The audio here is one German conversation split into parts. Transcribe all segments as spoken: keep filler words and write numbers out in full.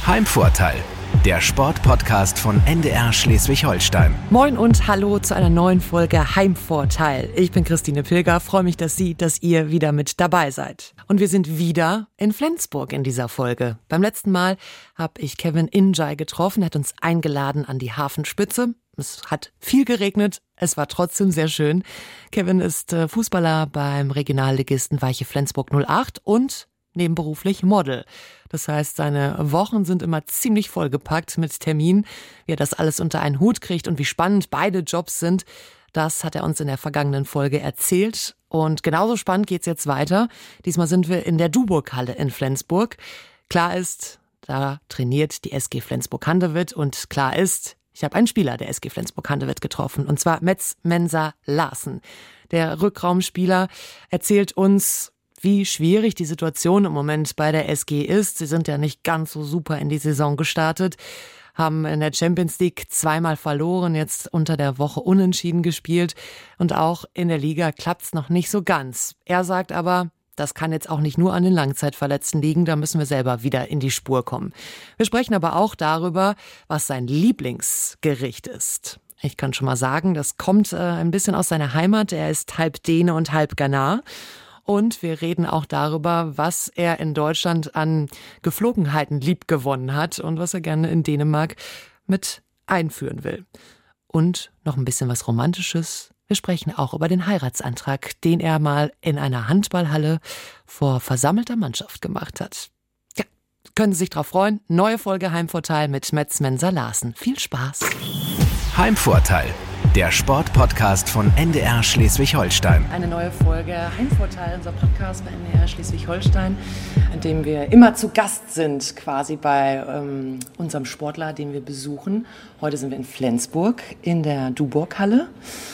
Heimvorteil, der Sportpodcast von N D R Schleswig-Holstein. Moin und hallo zu einer neuen Folge Heimvorteil. Ich bin Christine Pilger, freue mich, dass Sie, dass ihr wieder mit dabei seid. Und wir sind wieder in Flensburg in dieser Folge. Beim letzten Mal habe ich Kevin Injay getroffen, er hat uns eingeladen an die Hafenspitze. Es hat viel geregnet, es war trotzdem sehr schön. Kevin ist Fußballer beim Regionalligisten Weiche Flensburg null acht und nebenberuflich Model. Das heißt, seine Wochen sind immer ziemlich vollgepackt mit Terminen. Wie er das alles unter einen Hut kriegt und wie spannend beide Jobs sind, das hat er uns in der vergangenen Folge erzählt. Und genauso spannend geht's jetzt weiter. Diesmal sind wir in der Duburg-Halle in Flensburg. Klar ist, da trainiert die S G Flensburg-Handewitt und klar ist, ich habe einen Spieler der S G Flensburg-Handewitt getroffen, und zwar Metz Mensa Larsen. Der Rückraumspieler erzählt uns, wie schwierig die Situation im Moment bei der S G ist. Sie sind ja nicht ganz so super in die Saison gestartet, haben in der Champions League zweimal verloren, jetzt unter der Woche unentschieden gespielt und auch in der Liga klappt's noch nicht so ganz. Er sagt aber, das kann jetzt auch nicht nur an den Langzeitverletzten liegen, da müssen wir selber wieder in die Spur kommen. Wir sprechen aber auch darüber, was sein Lieblingsgericht ist. Ich kann schon mal sagen, das kommt äh, ein bisschen aus seiner Heimat. Er ist halb Däne und halb Ghana. Und wir reden auch darüber, was er in Deutschland an Geflogenheiten liebgewonnen hat und was er gerne in Dänemark mit einführen will. Und noch ein bisschen was Romantisches. Wir sprechen auch über den Heiratsantrag, den er mal in einer Handballhalle vor versammelter Mannschaft gemacht hat. Ja, können Sie sich drauf freuen. Neue Folge Heimvorteil mit Metz Mensa Larsen. Viel Spaß. Heimvorteil, der Sportpodcast von N D R Schleswig-Holstein. Eine neue Folge Heimvorteil, unser Podcast bei N D R Schleswig-Holstein, in dem wir immer zu Gast sind, quasi bei ähm, unserem Sportler, den wir besuchen. Heute sind wir in Flensburg in der Duburg-Halle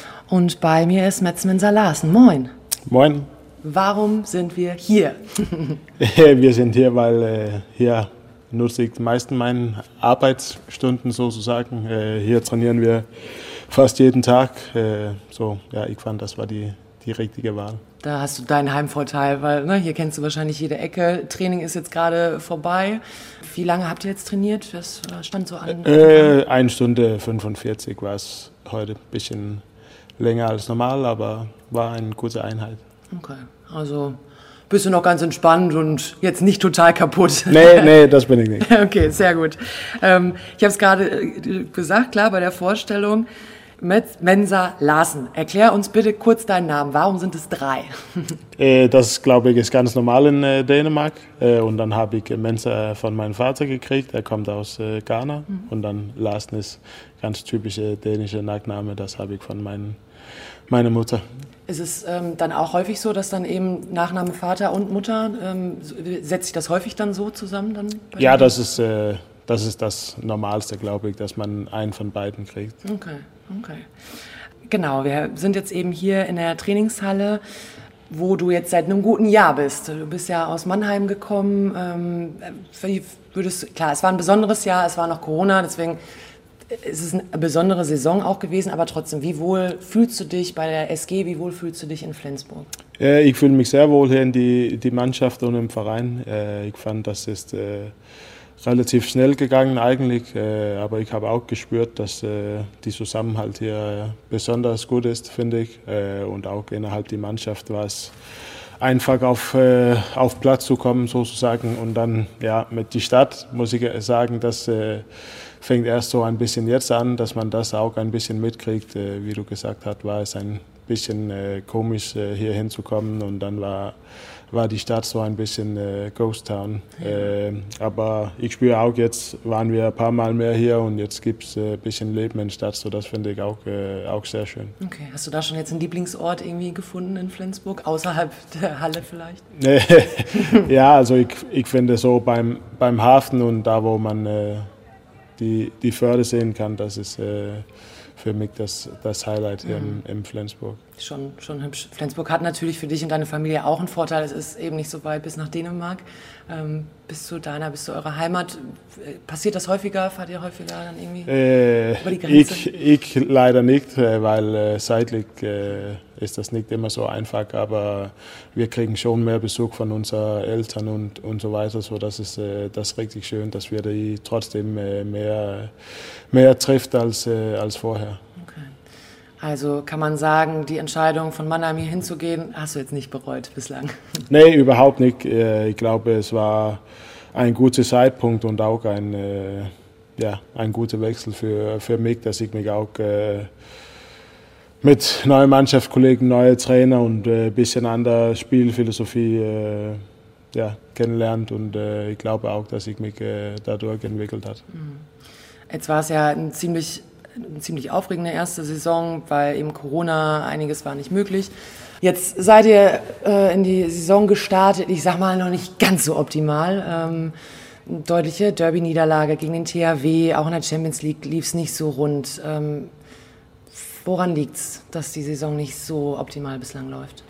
und bei mir ist Metz Mensa Larsen. Moin. Moin. Warum sind wir hier? Wir sind hier, weil äh, hier nutze ich die meisten meiner Arbeitsstunden sozusagen. Äh, hier trainieren wir fast jeden Tag. Äh, so, ja, ich fand, das war die, die richtige Wahl. Da hast du deinen Heimvorteil, weil ne, hier kennst du wahrscheinlich jede Ecke. Training ist jetzt gerade vorbei. Wie lange habt ihr jetzt trainiert? Das stand so an. Äh, eine Stunde fünfundvierzig war es heute. Ein bisschen länger als normal, aber war eine gute Einheit. Okay, also bist du noch ganz entspannt und jetzt nicht total kaputt? Nee, nee, das bin ich nicht. Okay, sehr gut. Ähm, ich habe es gerade gesagt, klar, bei der Vorstellung. Metz Mensa Larsen, erklär uns bitte kurz deinen Namen. Warum sind es drei? äh, das, glaube ich, ist ganz normal in äh, Dänemark. Äh, und dann habe ich Mensa von meinem Vater gekriegt. Er kommt aus äh, Ghana. Mhm. Und dann Larsen ist ganz typische dänische Nachname. Das habe ich von mein, meiner Mutter. Ist es ähm, dann auch häufig so, dass dann eben Nachname Vater und Mutter, ähm, setzt sich das häufig dann so zusammen? Dann ja, das ist, äh, das ist das Normalste, glaube ich, dass man einen von beiden kriegt. Okay, okay. Genau, wir sind jetzt eben hier in der Trainingshalle, wo du jetzt seit einem guten Jahr bist. Du bist ja aus Mannheim gekommen. Ähm, wie würdest, klar, es war ein besonderes Jahr, es war noch Corona, deswegen es ist eine besondere Saison auch gewesen, aber trotzdem, wie wohl fühlst du dich bei der S G, wie wohl fühlst du dich in Flensburg? Äh, ich fühle mich sehr wohl hier in die, die Mannschaft und im Verein. Äh, ich fand, das ist äh, relativ schnell gegangen eigentlich, äh, aber ich habe auch gespürt, dass äh, der Zusammenhalt hier besonders gut ist, finde ich. Äh, und auch innerhalb der Mannschaft war es einfach auf, äh, auf Platz zu kommen sozusagen. Und dann ja, mit der Stadt muss ich sagen, dass äh, fängt erst so ein bisschen jetzt an, dass man das auch ein bisschen mitkriegt. Äh, wie du gesagt hast, war es ein bisschen äh, komisch, äh, hier hinzukommen. Und dann war, war die Stadt so ein bisschen äh, Ghost Town. Ja. Äh, aber ich spüre auch, jetzt waren wir ein paar Mal mehr hier und jetzt gibt es äh, ein bisschen Leben in der Stadt. So das finde ich auch, äh, auch sehr schön. Okay, hast du da schon jetzt einen Lieblingsort irgendwie gefunden in Flensburg, außerhalb der Halle vielleicht? Ja, also ich, ich finde so beim, beim Hafen und da, wo man äh, die, die Förde sehen kann, das ist äh, für mich das, das Highlight hier mhm. im, im Flensburg. Schon, schon hübsch. Flensburg hat natürlich für dich und deine Familie auch einen Vorteil. Es ist eben nicht so weit bis nach Dänemark. Ähm, bis zu deiner, bis zu eurer Heimat. Passiert das häufiger? Fahrt ihr häufiger dann irgendwie äh, über die Grenze? Ich, ich leider nicht, weil äh, seitlich äh, ist das nicht immer so einfach, aber wir kriegen schon mehr Besuch von unseren Eltern und, und so weiter, so das ist äh, das ist richtig schön, dass wir die trotzdem äh, mehr, mehr trifft als, äh, als vorher. Okay. Also kann man sagen, die Entscheidung von Mannheim hier hinzugehen, hast du jetzt nicht bereut bislang? Nee, überhaupt nicht. Ich glaube, es war ein guter Zeitpunkt und auch ein, äh, ja, ein guter Wechsel für, für mich, dass ich mich auch äh, mit neuen Mannschaftskollegen, neuen Trainer und ein äh, bisschen andere Spielphilosophie äh, ja, kennenlernt. Und äh, ich glaube auch, dass ich mich äh, dadurch entwickelt habe. Jetzt war es ja ein ziemlich, eine ziemlich aufregende erste Saison, weil eben Corona, einiges war nicht möglich. Jetzt seid ihr äh, in die Saison gestartet, ich sag mal noch nicht ganz so optimal. Ähm, deutliche Derby-Niederlage gegen den T H W, auch in der Champions League lief es nicht so rund. Ähm, Woran liegt es, dass die Saison nicht so optimal bislang läuft?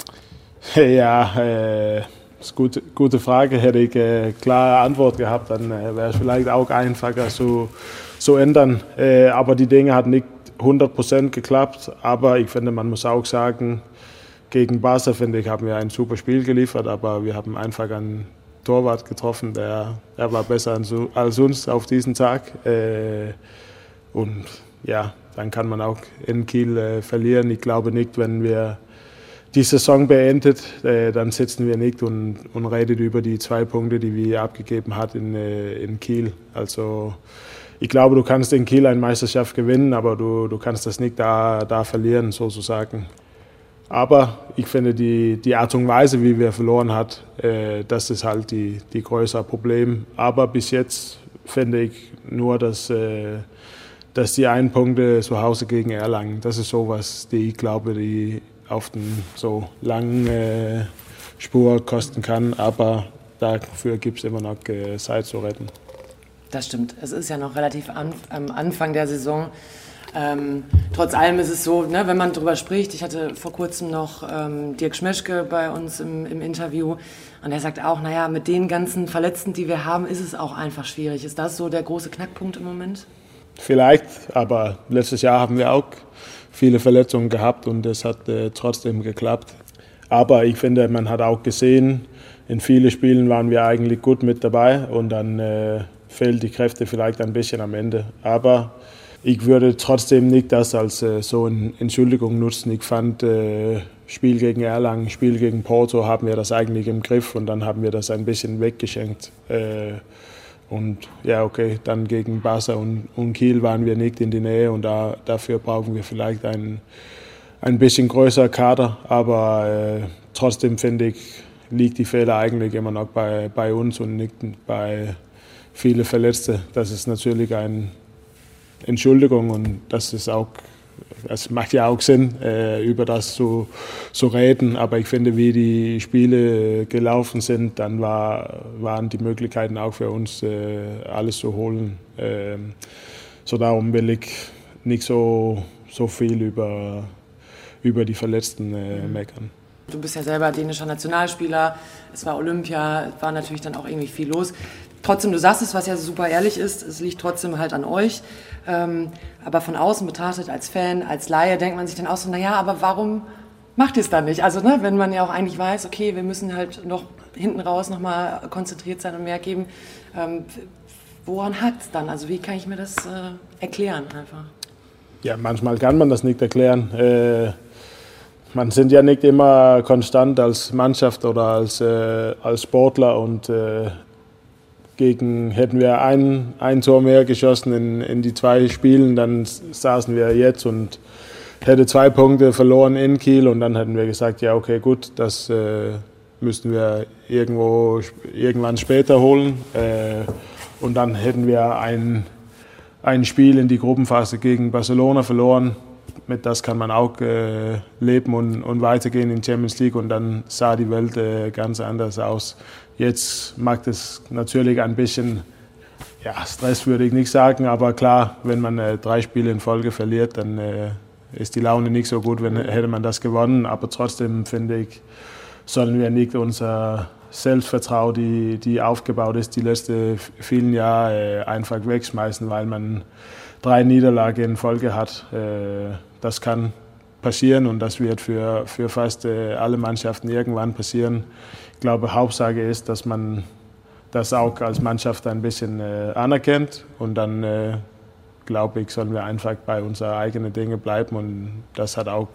Ja, äh, das ist eine gute, gute Frage. Hätte ich eine äh, klare Antwort gehabt, dann äh, wäre es vielleicht auch einfacher zu, zu ändern. Äh, aber die Dinge hat nicht hundert Prozent geklappt. Aber ich finde, man muss auch sagen, gegen Barca, finde ich, haben wir ein super Spiel geliefert. Aber wir haben einfach einen Torwart getroffen, der, der war besser als uns auf diesen Tag. Äh, und ja, dann kann man auch in Kiel äh, verlieren. Ich glaube nicht, wenn wir die Saison beendet, äh, dann sitzen wir nicht und, und reden über die zwei Punkte, die wir abgegeben haben in, äh, in Kiel. Also ich glaube, du kannst in Kiel eine Meisterschaft gewinnen, aber du, du kannst das nicht da, da verlieren, sozusagen. Aber ich finde, die, die Art und Weise, wie wir verloren haben, äh, das ist halt die, die größere Problem. Aber bis jetzt finde ich nur, dass äh, dass die einen Punkte zu Hause gegen Erlangen, das ist sowas, die ich glaube, die auf den so langen äh, Spur kosten kann, aber dafür gibt es immer noch äh, Zeit zu retten. Das stimmt, es ist ja noch relativ an, am Anfang der Saison. Ähm, trotz allem ist es so, ne, wenn man darüber spricht, ich hatte vor kurzem noch ähm, Dirk Schmeschke bei uns im, im Interview und er sagt auch, naja, mit den ganzen Verletzten, die wir haben, ist es auch einfach schwierig. Ist das so der große Knackpunkt im Moment? Vielleicht, aber letztes Jahr haben wir auch viele Verletzungen gehabt und es hat äh, trotzdem geklappt. Aber ich finde, man hat auch gesehen, in vielen Spielen waren wir eigentlich gut mit dabei und dann äh, fehlt die Kräfte vielleicht ein bisschen am Ende. Aber ich würde trotzdem nicht das als äh, so eine Entschuldigung nutzen. Ich fand, äh, Spiel gegen Erlangen, Spiel gegen Porto haben wir das eigentlich im Griff und dann haben wir das ein bisschen weggeschenkt. Äh, Und ja, okay, dann gegen Barca und, und Kiel waren wir nicht in die Nähe und da, dafür brauchen wir vielleicht einen ein bisschen größeren Kader. Aber äh, trotzdem finde ich, liegt die Fehler eigentlich immer noch bei, bei uns und nicht bei vielen Verletzten. Das ist natürlich eine Entschuldigung und das ist auch, es macht ja auch Sinn, äh, über das zu, zu reden, aber ich finde, wie die Spiele gelaufen sind, dann war, waren die Möglichkeiten auch für uns, äh, alles zu holen. Ähm, so darum will ich nicht so, so viel über, über die Verletzten äh, meckern. Du bist ja selber dänischer Nationalspieler, es war Olympia, es war natürlich dann auch irgendwie viel los. Trotzdem, du sagst es, was ja super ehrlich ist, es liegt trotzdem halt an euch. Ähm, aber von außen betrachtet, als Fan, als Laie, denkt man sich dann auch so, naja, aber warum macht ihr es dann nicht? Also, ne, wenn man ja auch eigentlich weiß, okay, wir müssen halt noch hinten raus nochmal konzentriert sein und mehr geben. Ähm, woran hakt es dann? Also, wie kann ich mir das äh, erklären einfach? Ja, manchmal kann man das nicht erklären. Äh, man sind ja nicht immer konstant als Mannschaft oder als, äh, als Sportler und äh, Gegen, hätten wir ein, ein Tor mehr geschossen in, in die zwei Spielen, dann saßen wir jetzt und hätten zwei Punkte verloren in Kiel und dann hätten wir gesagt, ja okay, gut, das äh, müssten wir irgendwo irgendwann später holen äh, und dann hätten wir ein, ein Spiel in die Gruppenphase gegen Barcelona verloren. Mit das kann man auch äh, leben und, und weitergehen in Champions League und dann sah die Welt äh, ganz anders aus. Jetzt macht es natürlich ein bisschen ja, Stress, würde ich nicht sagen, aber klar, wenn man äh, drei Spiele in Folge verliert, dann äh, ist die Laune nicht so gut, wenn hätte man das gewonnen. Aber trotzdem finde ich, sollen wir nicht unser Selbstvertrauen, die, die aufgebaut ist, die letzten vielen Jahre äh, einfach wegschmeißen, weil man drei Niederlagen in Folge hat. Äh, das kann passieren und das wird für, für fast äh, alle Mannschaften irgendwann passieren. Ich glaube, Hauptsache ist, dass man das auch als Mannschaft ein bisschen äh, anerkennt und dann äh, glaube ich, sollen wir einfach bei unseren eigenen Dingen bleiben und das hat auch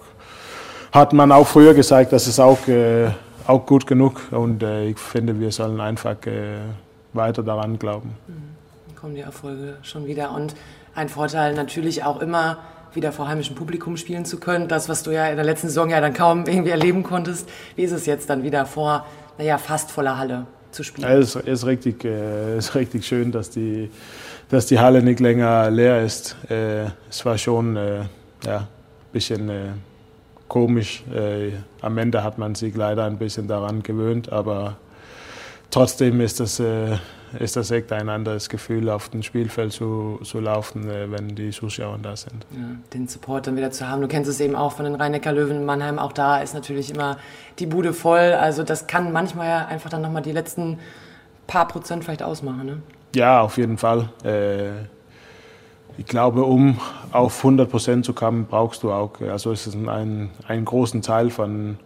hat man auch früher gesagt, dass es auch äh, auch gut genug und äh, ich finde, wir sollen einfach äh, weiter daran glauben. Dann kommen die Erfolge schon wieder und ein Vorteil natürlich auch immer wieder vor heimischem Publikum spielen zu können. Das, was du ja in der letzten Saison ja dann kaum irgendwie erleben konntest. Wie ist es jetzt dann wieder vor, naja, fast voller Halle zu spielen? Ja, es ist richtig, äh, ist richtig schön, dass die, dass die Halle nicht länger leer ist. Äh, es war schon äh, ja, ein bisschen äh, komisch. Äh, am Ende hat man sich leider ein bisschen daran gewöhnt, aber trotzdem ist das, äh, ist das echt ein anderes Gefühl, auf dem Spielfeld zu, zu laufen, äh, wenn die Zuschauer da sind. Ja, den Support dann wieder zu haben. Du kennst es eben auch von den Rhein-Neckar-Löwen in Mannheim. Auch da ist natürlich immer die Bude voll. Also das kann manchmal ja einfach dann nochmal die letzten paar Prozent vielleicht ausmachen. Ne? Ja, auf jeden Fall. Äh, ich glaube, um auf hundert Prozent zu kommen, brauchst du auch, also es ist ein, ein großen Teil von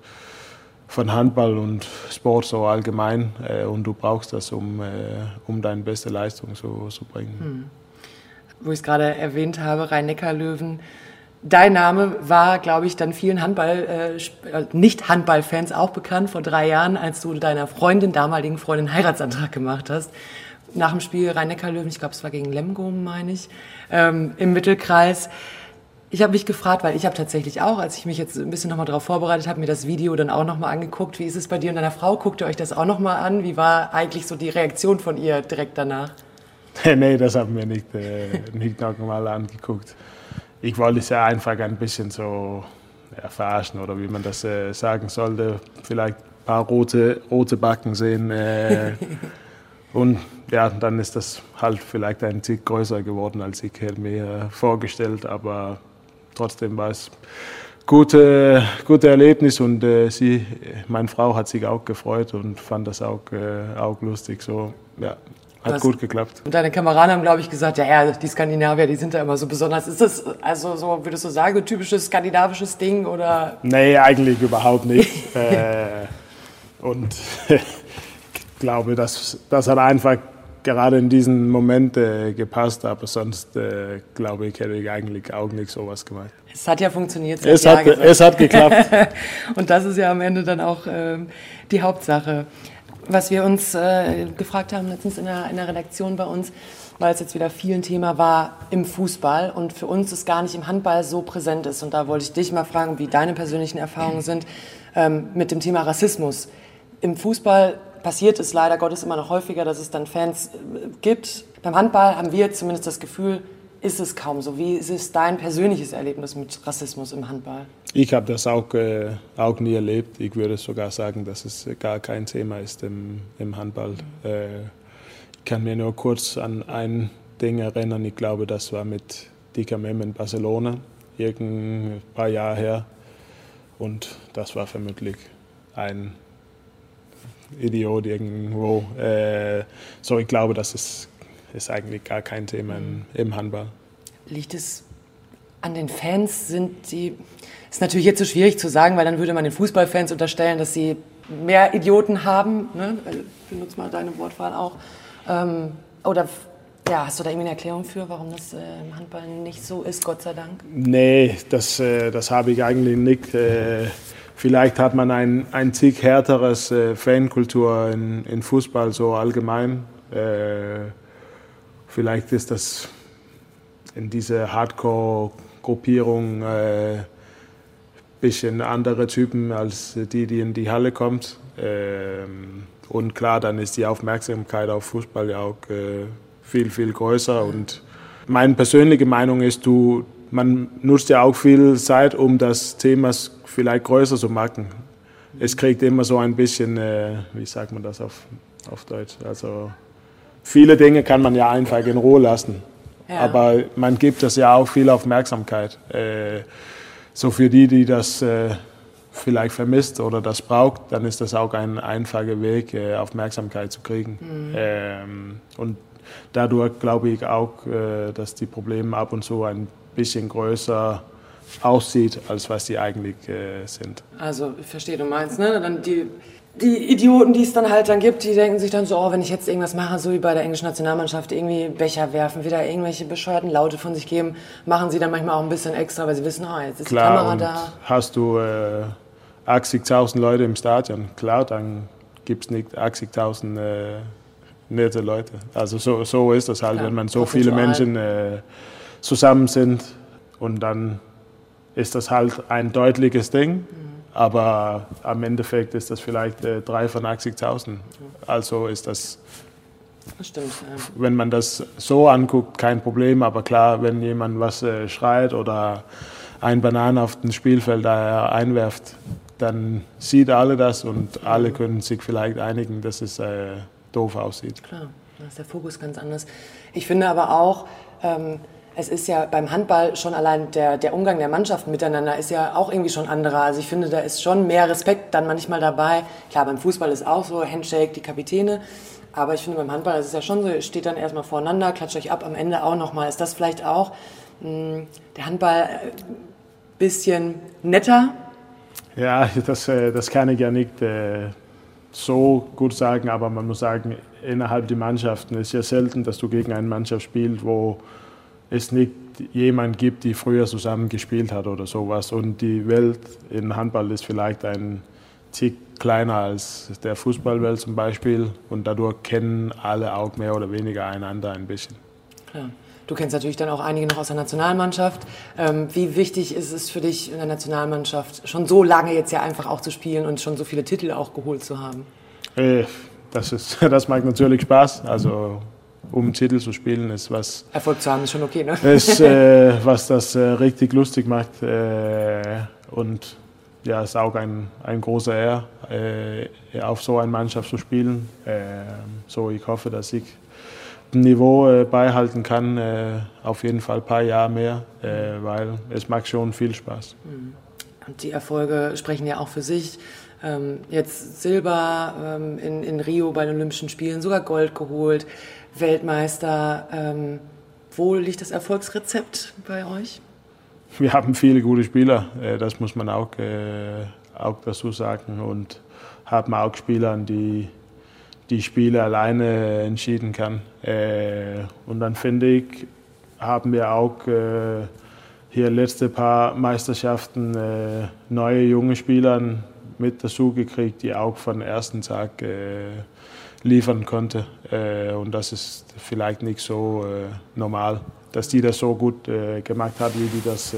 von Handball und Sport so allgemein äh, und du brauchst das, um, äh, um deine beste Leistung zu, zu bringen. Hm. Wo ich es gerade erwähnt habe, Rhein-Neckar-Löwen, dein Name war, glaube ich, dann vielen Handball, äh, Nicht-Handball-Fans auch bekannt vor drei Jahren, als du deiner Freundin, damaligen Freundin, Heiratsantrag gemacht hast. Nach dem Spiel Rhein-Neckar-Löwen, ich glaube, es war gegen Lemgo, meine ich, ähm, im Mittelkreis. Ich habe mich gefragt, weil ich habe tatsächlich auch, als ich mich jetzt ein bisschen nochmal darauf vorbereitet habe, mir das Video dann auch nochmal angeguckt. Wie ist es bei dir und deiner Frau? Guckt ihr euch das auch nochmal an? Wie war eigentlich so die Reaktion von ihr direkt danach? Nee, das haben wir nicht, äh, nicht nochmal angeguckt. Ich wollte es ja einfach ein bisschen so ja, verarschen oder wie man das äh, sagen sollte. Vielleicht ein paar rote, rote Backen sehen. Äh, und ja, dann ist das halt vielleicht ein Tick größer geworden, als ich hätte mir vorgestellt. Aber trotzdem war es ein gute, gute Erlebnis und äh, sie, meine Frau hat sich auch gefreut und fand das auch, äh, auch lustig. So, ja, hat Was? gut geklappt. Und deine Kameraden haben, glaube ich, gesagt, ja, ja, die Skandinavier, die sind da immer so besonders. Ist das, also so, würdest du sagen, ein typisches skandinavisches Ding? Oder? Nee, eigentlich überhaupt nicht. äh, und ich glaube, das, das hat einfach gerade in diesem Moment äh, gepasst, aber sonst, äh, glaube ich, hätte ich eigentlich auch nicht sowas gemacht. Es hat ja funktioniert. Es hat, es hat geklappt. Und das ist ja am Ende dann auch äh, die Hauptsache. Was wir uns äh, gefragt haben letztens in der, in der Redaktion bei uns, weil es jetzt wieder viel ein Thema war im Fußball und für uns es gar nicht im Handball so präsent ist. Und da wollte ich dich mal fragen, wie deine persönlichen Erfahrungen sind ähm, mit dem Thema Rassismus. Im Fußball passiert es leider Gottes immer noch häufiger, dass es dann Fans gibt. Beim Handball haben wir zumindest das Gefühl, ist es kaum so. Wie ist dein persönliches Erlebnis mit Rassismus im Handball? Ich habe das auch, äh, auch nie erlebt. Ich würde sogar sagen, dass es gar kein Thema ist im, im Handball. Mhm. Äh, ich kann mir nur kurz an ein Ding erinnern. Ich glaube, das war mit Dika Mem in Barcelona, irgendein paar Jahre her. Und das war vermutlich ein Idiot irgendwo. Äh, so, ich glaube, das ist, ist eigentlich gar kein Thema im, im Handball. Liegt es an den Fans? Sind die, ist natürlich jetzt so schwierig zu sagen, weil dann würde man den Fußballfans unterstellen, dass sie mehr Idioten haben. Ne? Ich benutze mal deine Wortwahl auch. Ähm, oder ja, hast du da irgendwie eine Erklärung für, warum das äh, im Handball nicht so ist, Gott sei Dank? Nee, das, äh, das habe ich eigentlich nicht. Äh, Vielleicht hat man ein, ein Tick härteres äh, Fankultur in, in Fußball so allgemein. Äh, vielleicht ist das in dieser Hardcore-Gruppierung ein äh, bisschen andere Typen als die, die in die Halle kommt. Äh, und klar, dann ist die Aufmerksamkeit auf Fußball ja auch äh, viel, viel größer. Und meine persönliche Meinung ist, du, man nutzt ja auch viel Zeit, um das Thema vielleicht größer zu machen. Es kriegt immer so ein bisschen, äh, wie sagt man das auf, auf Deutsch, also viele Dinge kann man ja einfach in Ruhe lassen, ja. Aber man gibt das ja auch viel Aufmerksamkeit. Äh, so für die, die das äh, vielleicht vermisst oder das braucht, dann ist das auch ein einfacher Weg, äh, Aufmerksamkeit zu kriegen. Mhm. Ähm, und dadurch glaube ich auch, äh, dass die Probleme ab und zu ein bisschen größer aussieht, als was die eigentlich äh, sind. Also ich verstehe, du meinst, ne? Dann die, die Idioten, die es dann halt dann gibt, die denken sich dann so, oh, wenn ich jetzt irgendwas mache, so wie bei der englischen Nationalmannschaft, irgendwie Becher werfen, wieder irgendwelche bescheuerten Laute von sich geben, machen sie dann manchmal auch ein bisschen extra, weil sie wissen, oh, jetzt ist Klar, die Kamera und da. Hast du äh, achtzigtausend Leute im Stadion, klar, dann gibt es nicht achtzigtausend äh, nette Leute. Also so, so ist das halt, klar, wenn man so viele Menschen äh, zusammen sind und dann ist das halt ein deutliches Ding. Mhm. Aber am Endeffekt ist das vielleicht äh, drei von achtzigtausend. Also ist das, das stimmt, ja. Wenn man das so anguckt, kein Problem. Aber klar, wenn jemand was äh, schreit oder ein Bananen auf dem Spielfeld da einwerft, dann sieht alle das und alle können sich vielleicht einigen, dass es äh, doof aussieht. Klar, da ist der Fokus ganz anders. Ich finde aber auch, ähm, es ist ja beim Handball schon allein der, der Umgang der Mannschaften miteinander ist ja auch irgendwie schon anderer. Also ich finde, da ist schon mehr Respekt dann manchmal dabei. Klar, beim Fußball ist auch so, Handshake, die Kapitäne. Aber ich finde, beim Handball ist es ja schon so, ihr steht dann erstmal voreinander, klatscht euch ab, am Ende auch nochmal. Ist das vielleicht auch mh, der Handball ein bisschen netter? Ja, das, das kann ich ja nicht äh, so gut sagen. Aber man muss sagen, innerhalb der Mannschaften ist ja selten, dass du gegen eine Mannschaft spielst, wo es nicht jemand gibt, die früher zusammen gespielt hat oder sowas. Und die Welt im Handball ist vielleicht ein Tick kleiner als der Fußballwelt zum Beispiel. Und dadurch kennen alle auch mehr oder weniger einander ein bisschen. Klar. Du kennst natürlich dann auch einige noch aus der Nationalmannschaft. Ähm, wie wichtig ist es für dich in der Nationalmannschaft, schon so lange jetzt ja einfach auch zu spielen und schon so viele Titel auch geholt zu haben? Äh, das, ist, das macht natürlich Spaß. Also um Titel zu spielen, ist was... Erfolg zu haben ist schon okay, ne? Ist, äh, was das äh, richtig lustig macht. Äh, und ja, es ist auch ein, ein großer Ehr, äh, auf so eine Mannschaft zu spielen. Äh, so, ich hoffe, dass ich das Niveau äh, beibehalten kann, äh, auf jeden Fall ein paar Jahre mehr, äh, weil es macht schon viel Spaß. Und die Erfolge sprechen ja auch für sich. Ähm, jetzt Silber ähm, in, in Rio bei den Olympischen Spielen, sogar Gold geholt. Weltmeister. Ähm, wo liegt das Erfolgsrezept bei euch? Wir haben viele gute Spieler, äh, das muss man auch, äh, auch dazu sagen. Und haben auch Spieler, die die Spiele alleine entschieden kann. Äh, und dann finde ich, haben wir auch äh, hier letzte paar Meisterschaften äh, neue junge Spieler mit dazu gekriegt, die auch von ersten Tag äh, liefern konnte. Äh, und das ist vielleicht nicht so äh, normal, dass die das so gut äh, gemacht hat, wie die das, äh,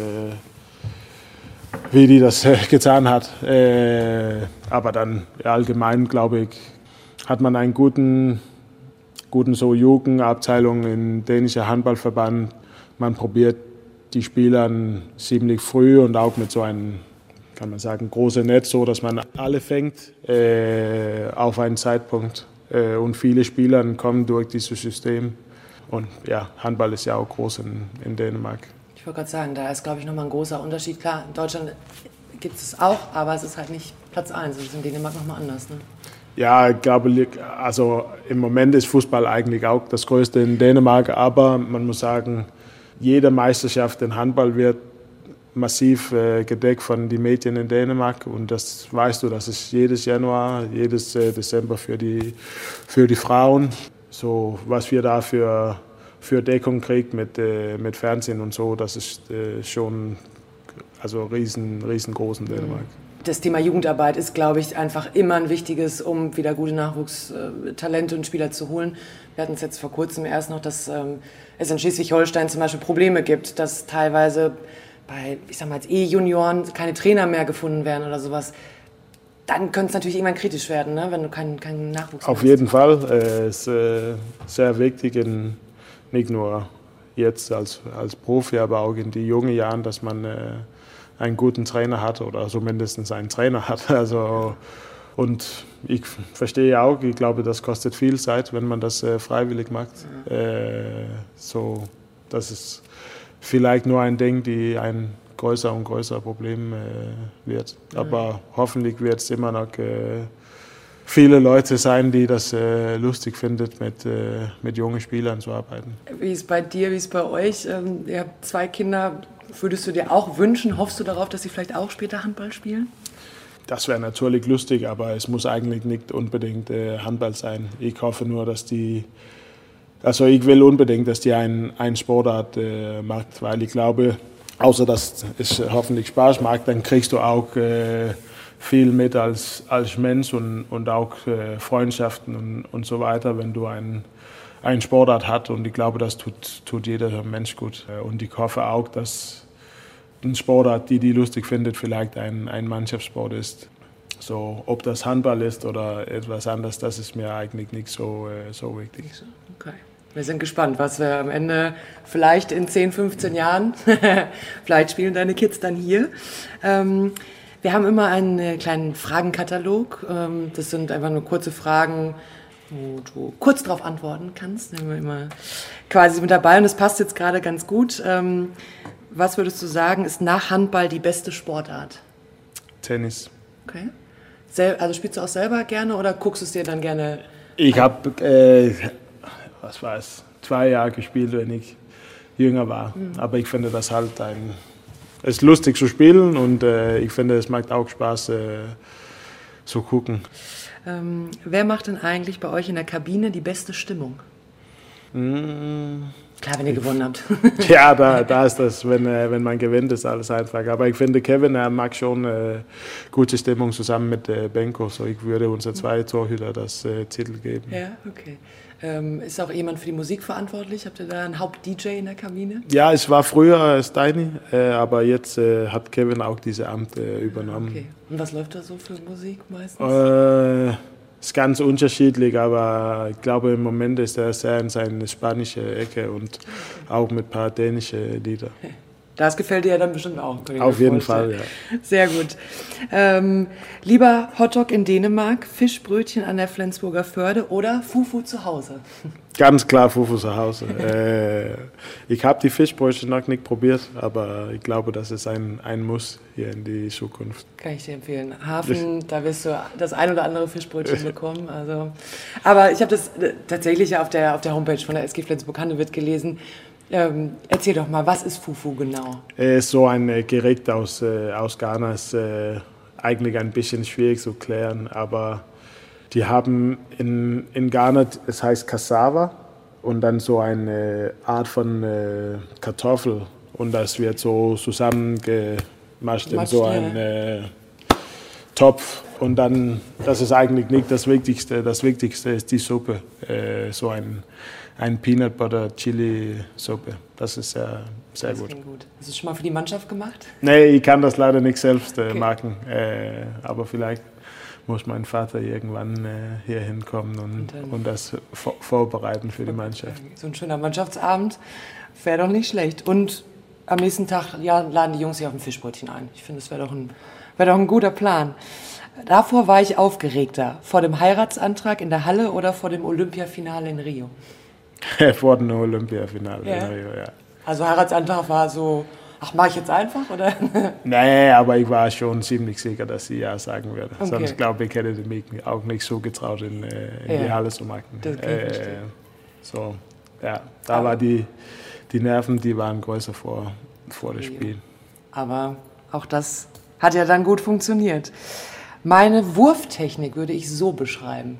wie die das äh, getan hat. Äh, aber dann allgemein, glaube ich, hat man einen guten, guten so Jugendabteilung im dänischen Handballverband. Man probiert die Spieler ziemlich früh und auch mit so einem, kann man sagen, großes Netz, so dass man alle fängt äh, auf einen Zeitpunkt. Äh, und viele Spieler kommen durch dieses System. Und ja, Handball ist ja auch groß in, in Dänemark. Ich wollte gerade sagen, da ist, glaube ich, nochmal ein großer Unterschied. Klar, in Deutschland gibt es auch, aber es ist halt nicht Platz eins. Das ist in Dänemark nochmal anders, ne? Ja, ich glaube, also im Moment ist Fußball eigentlich auch das Größte in Dänemark, aber man muss sagen, jede Meisterschaft in Handball wird massiv äh, gedeckt von den Medien in Dänemark und das weißt du, das ist jedes Januar, jedes äh, Dezember für die, für die Frauen. So, was wir da für, für Deckung kriegen mit, äh, mit Fernsehen und so, das ist äh, schon also riesen, riesengroß in Dänemark. Das Thema Jugendarbeit ist, glaube ich, einfach immer ein wichtiges, um wieder gute Nachwuchstalente und Spieler zu holen. Wir hatten es jetzt vor kurzem erst noch, dass ähm, es in Schleswig-Holstein zum Beispiel Probleme gibt, dass teilweise bei, ich sag mal jetzt E-Junioren keine Trainer mehr gefunden werden oder sowas. Dann könnte es natürlich irgendwann kritisch werden, ne? Wenn du keinen, keinen Nachwuchs hast. Auf jeden Fall. Es ist äh, sehr wichtig, in, nicht nur jetzt als, als Profi, aber auch in die jungen Jahren, dass man äh, einen guten Trainer hat oder zumindest einen Trainer hat. Also, und ich verstehe auch, ich glaube, das kostet viel Zeit, wenn man das äh, freiwillig macht. Ja. Äh, so, das ist vielleicht nur ein Ding, die ein größer und größer Problem äh, wird. Aber ja. Hoffentlich wird es immer noch äh, viele Leute sein, die das äh, lustig finden, mit, äh, mit jungen Spielern zu arbeiten. Wie ist es bei dir, wie ist es bei euch? Ähm, ihr habt zwei Kinder. Würdest du dir auch wünschen, hoffst du darauf, dass sie vielleicht auch später Handball spielen? Das wäre natürlich lustig, aber es muss eigentlich nicht unbedingt äh, Handball sein. Ich hoffe nur, dass die, also ich will unbedingt, dass die ein, ein Sportart äh, macht, weil ich glaube, außer dass es hoffentlich Spaß macht, dann kriegst du auch äh, viel mit als, als Mensch und, und auch äh, Freundschaften und, und so weiter, wenn du ein, ein Sportart hast. Und ich glaube, das tut, tut jeder Mensch gut. Und ich hoffe auch, dass ein Sportart, die die lustig findet, vielleicht ein, ein Mannschaftssport ist. So, ob das Handball ist oder etwas anderes, das ist mir eigentlich nicht so, äh, so wichtig. Okay. Wir sind gespannt, was wir am Ende vielleicht in zehn, fünfzehn Jahren, vielleicht spielen deine Kids dann hier. Ähm, wir haben immer einen kleinen Fragenkatalog. Ähm, das sind einfach nur kurze Fragen, wo du kurz darauf antworten kannst. Da haben wir immer quasi mit dabei und das passt jetzt gerade ganz gut. Ähm, Was würdest du sagen, ist nach Handball die beste Sportart? Tennis. Okay. Sel- also spielst du auch selber gerne oder guckst du es dir dann gerne? Ich habe, äh, was war es, zwei Jahre gespielt, wenn ich jünger war. Mhm. Aber ich finde das halt ein, es ist lustig zu spielen und äh, ich finde, es macht auch Spaß äh, zu gucken. Ähm, wer macht denn eigentlich bei euch in der Kabine die beste Stimmung? Mhm. Klar, wenn ihr gewonnen habt. Ja, da, da ist das, wenn, wenn man gewinnt, ist alles einfach. Aber ich finde, Kevin, er mag schon äh, gute Stimmung zusammen mit äh, Benko. So, ich würde unser zwei Torhüter das äh, Titel geben. Ja, okay. Ähm, ist auch jemand für die Musik verantwortlich? Habt ihr da einen Haupt-D J in der Kabine? Ja, es war früher äh, Steini, äh, aber jetzt äh, hat Kevin auch diese Amt äh, übernommen. Okay. Und was läuft da so für Musik meistens? Äh, ist ganz unterschiedlich, aber ich glaube, im Moment ist er sehr in seine spanische Ecke und auch mit ein paar dänischen Lieder. Das gefällt dir ja dann bestimmt auch. Auf jeden Fall, ja. Sehr gut. Ähm, lieber Hotdog in Dänemark, Fischbrötchen an der Flensburger Förde oder Fufu zu Hause? Ganz klar Fufu zu Hause. äh, ich habe die Fischbrötchen noch nicht probiert, aber ich glaube, das ist ein, ein Muss hier in die Zukunft. Kann ich dir empfehlen. Hafen, da wirst du das ein oder andere Fischbrötchen bekommen. Also, aber ich habe das tatsächlich auf der, auf der Homepage von der S G Flensburg-Handewitt gelesen. Ähm, erzähl doch mal, was ist Fufu genau? Es ist so ein äh, Gericht aus, äh, aus Ghana. Ist äh, eigentlich ein bisschen schwierig zu klären, aber die haben in, in Ghana, es heißt Cassava und dann so eine Art von äh, Kartoffel und das wird so zusammengemascht in so einen äh, Topf und dann, das ist eigentlich nicht das Wichtigste. Das Wichtigste ist die Suppe, äh, so ein Ein Peanut Butter Chili Suppe. Das ist sehr, sehr das gut. gut. Hast du schon mal für die Mannschaft gemacht? Nee, ich kann das leider nicht selbst äh, okay. machen. Äh, aber vielleicht muss mein Vater irgendwann äh, hier hinkommen und, und, und das vor, vorbereiten für die Mannschaft. So ein schöner Mannschaftsabend wäre doch nicht schlecht. Und am nächsten Tag ja, laden die Jungs sich auf ein Fischbrötchen ein. Ich finde, das wäre doch, wär doch ein guter Plan. Davor war ich aufgeregter. Vor dem Heiratsantrag in der Halle oder vor dem Olympiafinale in Rio? Vor dem Olympiafinale ja. in Rio, ja. Also Heiratsantrag war so, ach, mach ich jetzt einfach, oder? Nee, aber ich war schon ziemlich sicher, dass sie ja sagen würde. Okay. Sonst glaube ich, hätte ich mich auch nicht so getraut, in, in ja. die Halle zu machen. Das kann ich verstehen. Äh, so, ja, da aber war die, die Nerven, die waren größer vor, vor dem Spiel. Aber auch das hat ja dann gut funktioniert. Meine Wurftechnik würde ich so beschreiben.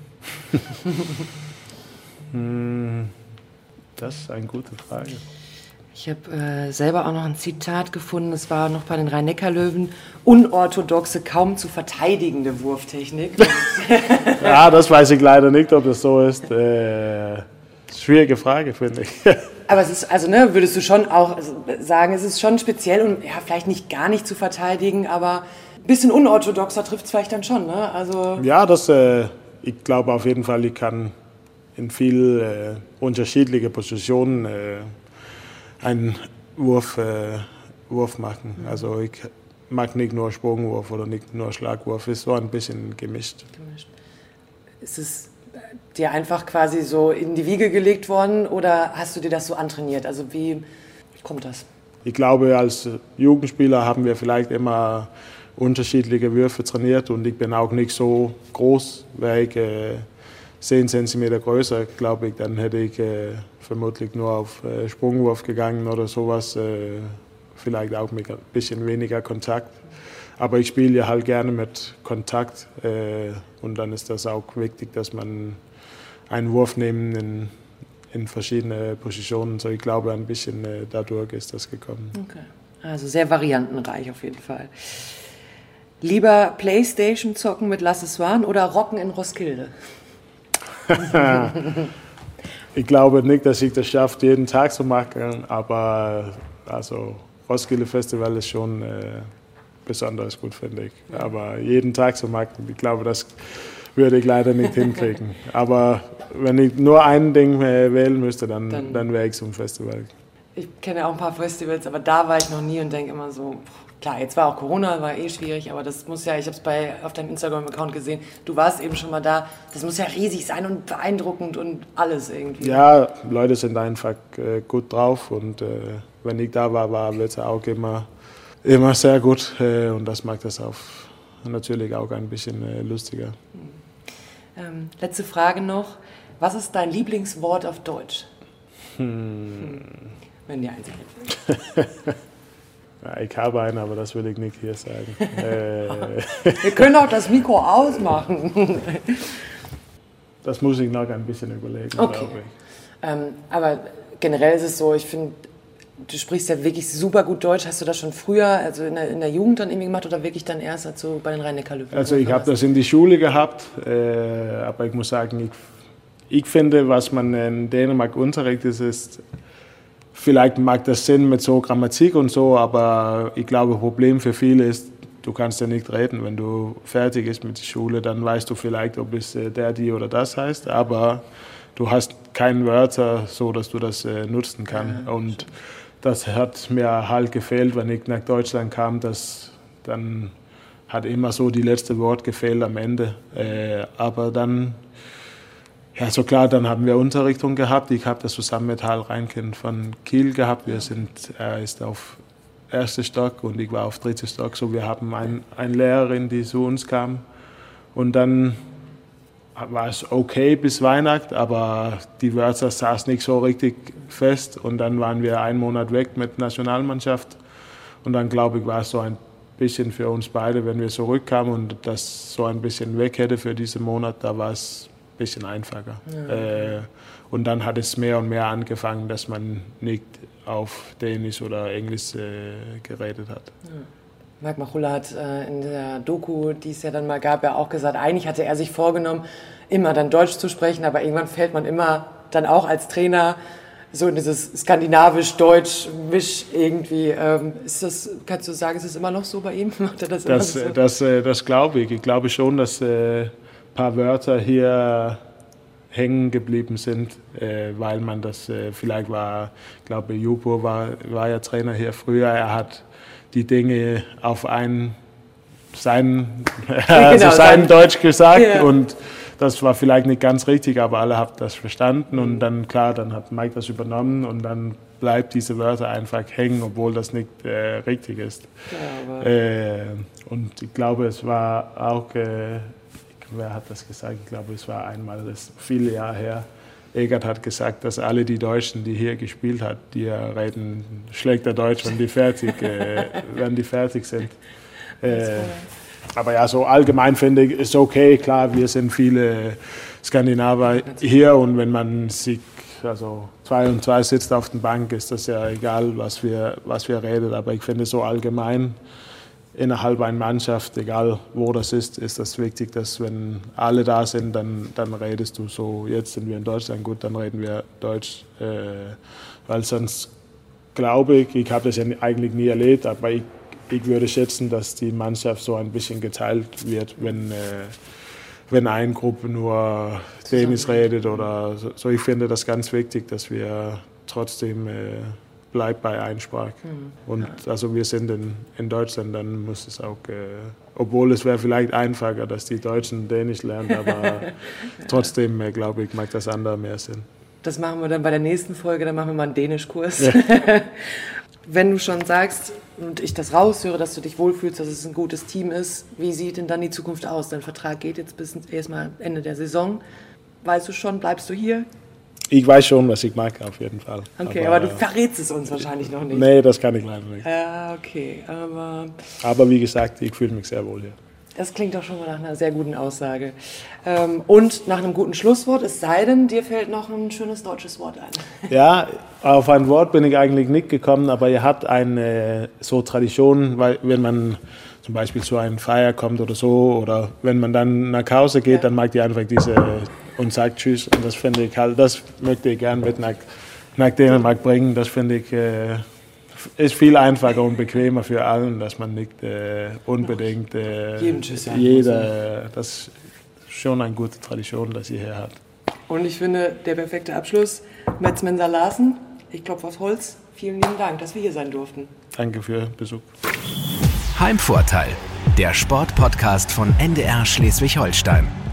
Das ist eine gute Frage. Ich habe äh, selber auch noch ein Zitat gefunden, es war noch bei den Rhein-Neckar-Löwen, unorthodoxe, kaum zu verteidigende Wurftechnik. Ja, das weiß ich leider nicht, ob das so ist. Äh, schwierige Frage, finde ich. Aber es ist, also ne, würdest du schon auch sagen, es ist schon speziell und ja, vielleicht nicht gar nicht zu verteidigen, aber ein bisschen unorthodoxer trifft es vielleicht dann schon, ne? Also ja, das, äh, ich glaube auf jeden Fall, ich kann in viel äh, unterschiedliche Positionen äh, einen Wurf, äh, Wurf machen. Mhm. Also ich mag nicht nur Sprungwurf oder nicht nur Schlagwurf, es ist so ein bisschen gemischt. gemischt. Ist es dir einfach quasi so in die Wiege gelegt worden oder hast du dir das so antrainiert? Also wie kommt das? Ich glaube, als Jugendspieler haben wir vielleicht immer unterschiedliche Würfe trainiert und ich bin auch nicht so groß, wäre ich äh, zehn Zentimeter größer, glaube ich, dann hätte ich äh, vermutlich nur auf äh, Sprungwurf gegangen oder sowas, äh, vielleicht auch mit ein bisschen weniger Kontakt. Aber ich spiele ja halt gerne mit Kontakt äh, und dann ist das auch wichtig, dass man einen Wurf nehmen in, in verschiedene Positionen. So, ich glaube, ein bisschen äh, dadurch ist das gekommen. Okay. Also sehr variantenreich auf jeden Fall. Lieber Playstation zocken mit Lasse Swan oder Rocken in Roskilde? Ich glaube nicht, dass ich das schaffe, jeden Tag zu machen, aber also Roskilde Festival ist schon äh, besonders gut, finde ich. Aber jeden Tag zu machen, ich glaube, das würde ich leider nicht hinkriegen. Aber wenn ich nur ein Ding äh, wählen müsste, dann, dann, dann wäre ich zum Festival. Ich kenne ja auch ein paar Festivals, aber da war ich noch nie und denke immer so, klar, jetzt war auch Corona, war eh schwierig, aber das muss ja, ich habe es bei auf deinem Instagram-Account gesehen, du warst eben schon mal da, das muss ja riesig sein und beeindruckend und alles irgendwie. Ja, Leute sind einfach äh, gut drauf und äh, wenn ich da war, war es auch immer, immer sehr gut äh, und das macht das auch natürlich auch ein bisschen äh, lustiger. Ähm, letzte Frage noch, was ist dein Lieblingswort auf Deutsch? Hm. Hm. Wenn dir eins einfällt. Ja, ich habe einen, aber das will ich nicht hier sagen. äh, Wir können auch das Mikro ausmachen. Das muss ich noch ein bisschen überlegen, okay. glaube ich. Ähm, aber generell ist es so, ich finde, du sprichst ja wirklich super gut Deutsch. Hast du das schon früher, also in der, in der Jugend dann irgendwie gemacht oder wirklich dann erst dazu bei den Rhein-Neckar-Löwen? Also ich habe das in die Schule gehabt, äh, aber ich muss sagen, ich, ich finde, was man in Dänemark unterrichtet, ist, vielleicht mag das Sinn mit so Grammatik und so, aber ich glaube, das Problem für viele ist, du kannst ja nicht reden. Wenn du fertig bist mit der Schule, dann weißt du vielleicht, ob es der, die oder das heißt, aber du hast keine Wörter, so dass du das äh, nutzen kannst. Und das hat mir halt gefehlt, wenn ich nach Deutschland kam, dass dann hat immer so die letzte Wort gefehlt am Ende. Äh, aber dann, ja, so klar, dann haben wir Unterrichtung gehabt. Ich habe das zusammen mit Hal Reinkind von Kiel gehabt. Wir sind, er ist auf ersten Stock und ich war auf dritten Stock. So, wir haben ein, eine Lehrerin, die zu uns kam. Und dann war es okay bis Weihnachten, aber die Wörter saßen nicht so richtig fest. Und dann waren wir einen Monat weg mit Nationalmannschaft. Und dann, glaube ich, war es so ein bisschen für uns beide, wenn wir zurückkamen und das so ein bisschen weg hätte für diesen Monat, da war es ein bisschen einfacher. Ja. Äh, und dann hat es mehr und mehr angefangen, dass man nicht auf Dänisch oder Englisch äh, geredet hat. Ja. Marc Machulla hat äh, in der Doku, die es ja dann mal gab, ja auch gesagt, eigentlich hatte er sich vorgenommen, immer dann Deutsch zu sprechen, aber irgendwann fällt man immer dann auch als Trainer so in dieses skandinavisch-deutsch-Misch irgendwie. Ähm, ist das, kannst du sagen, ist es immer noch so bei ihm? Macht er das immer das, so? Das, das, das glaube ich. Ich glaube schon, dass äh, ein paar Wörter hier hängen geblieben sind, äh, weil man das äh, vielleicht war, ich glaube, Jupo war, war ja Trainer hier früher, er hat die Dinge auf ein, sein, also genau, sein Deutsch gesagt ja. Und das war vielleicht nicht ganz richtig, aber alle haben das verstanden und dann, klar, dann hat Mike das übernommen und dann bleibt diese Wörter einfach hängen, obwohl das nicht äh, richtig ist. Ja, äh, und ich glaube, es war auch, äh, wer hat das gesagt? Ich glaube, es war einmal, das ist viele Jahre her, Egert hat gesagt, dass alle die Deutschen, die hier gespielt haben, die reden schlechter Deutsch, wenn die fertig, äh, wenn die fertig sind. Äh, aber ja, so allgemein finde ich, ist okay. Klar, wir sind viele Skandinavier hier und wenn man sich, also zwei und zwei sitzt auf der Bank, ist das ja egal, was wir, was wir reden. Aber ich finde so allgemein, innerhalb einer Mannschaft, egal wo das ist, ist das wichtig, dass wenn alle da sind, dann, dann redest du so, jetzt sind wir in Deutschland, gut, dann reden wir Deutsch. Äh, weil sonst glaube ich, ich habe das ja eigentlich nie erlebt, aber ich, ich würde schätzen, dass die Mannschaft so ein bisschen geteilt wird, wenn, äh, wenn eine Gruppe nur Dänisch redet oder so. so. Ich finde das ganz wichtig, dass wir trotzdem äh, bleibt bei Einsprache. Mhm. Und also wir sind in, in Deutschland, dann muss es auch, äh, obwohl es wäre vielleicht einfacher, dass die Deutschen Dänisch lernen, aber trotzdem, äh, glaube ich, macht das andere mehr Sinn. Das machen wir dann bei der nächsten Folge, dann machen wir mal einen Dänischkurs. Ja. Wenn du schon sagst und ich das raushöre, dass du dich wohlfühlst, dass es ein gutes Team ist, wie sieht denn dann die Zukunft aus? Dein Vertrag geht jetzt bis erstmal Ende der Saison. Weißt du schon, bleibst du hier? Ich weiß schon, was ich mag, auf jeden Fall. Okay, aber, aber du verrätst es uns wahrscheinlich noch nicht. Nee, das kann ich leider nicht. Ja, okay, aber... Aber wie gesagt, ich fühle mich sehr wohl hier. Das klingt doch schon mal nach einer sehr guten Aussage. Und nach einem guten Schlusswort, es sei denn, dir fällt noch ein schönes deutsches Wort ein. Ja, auf ein Wort bin ich eigentlich nicht gekommen, aber ihr habt eine so Tradition, weil wenn man zum Beispiel zu einer Feier kommt oder so, oder wenn man dann nach Hause geht, ja. dann mag ihr einfach diese und sagt Tschüss. Und das finde ich halt, das möchte ich gerne mit nach, nach Dänemark bringen. Das finde ich äh, ist viel einfacher und bequemer für allen, dass man nicht äh, unbedingt äh, jedem Tschüss sagen jeder. Das ist schon eine gute Tradition, dass ihr hier habt. Und ich finde, der perfekte Abschluss, Mats Mensa Larsen, ich klopfe aufs Holz. Vielen lieben Dank, dass wir hier sein durften. Danke für den Besuch. Heimvorteil, der Sportpodcast von N D R Schleswig-Holstein.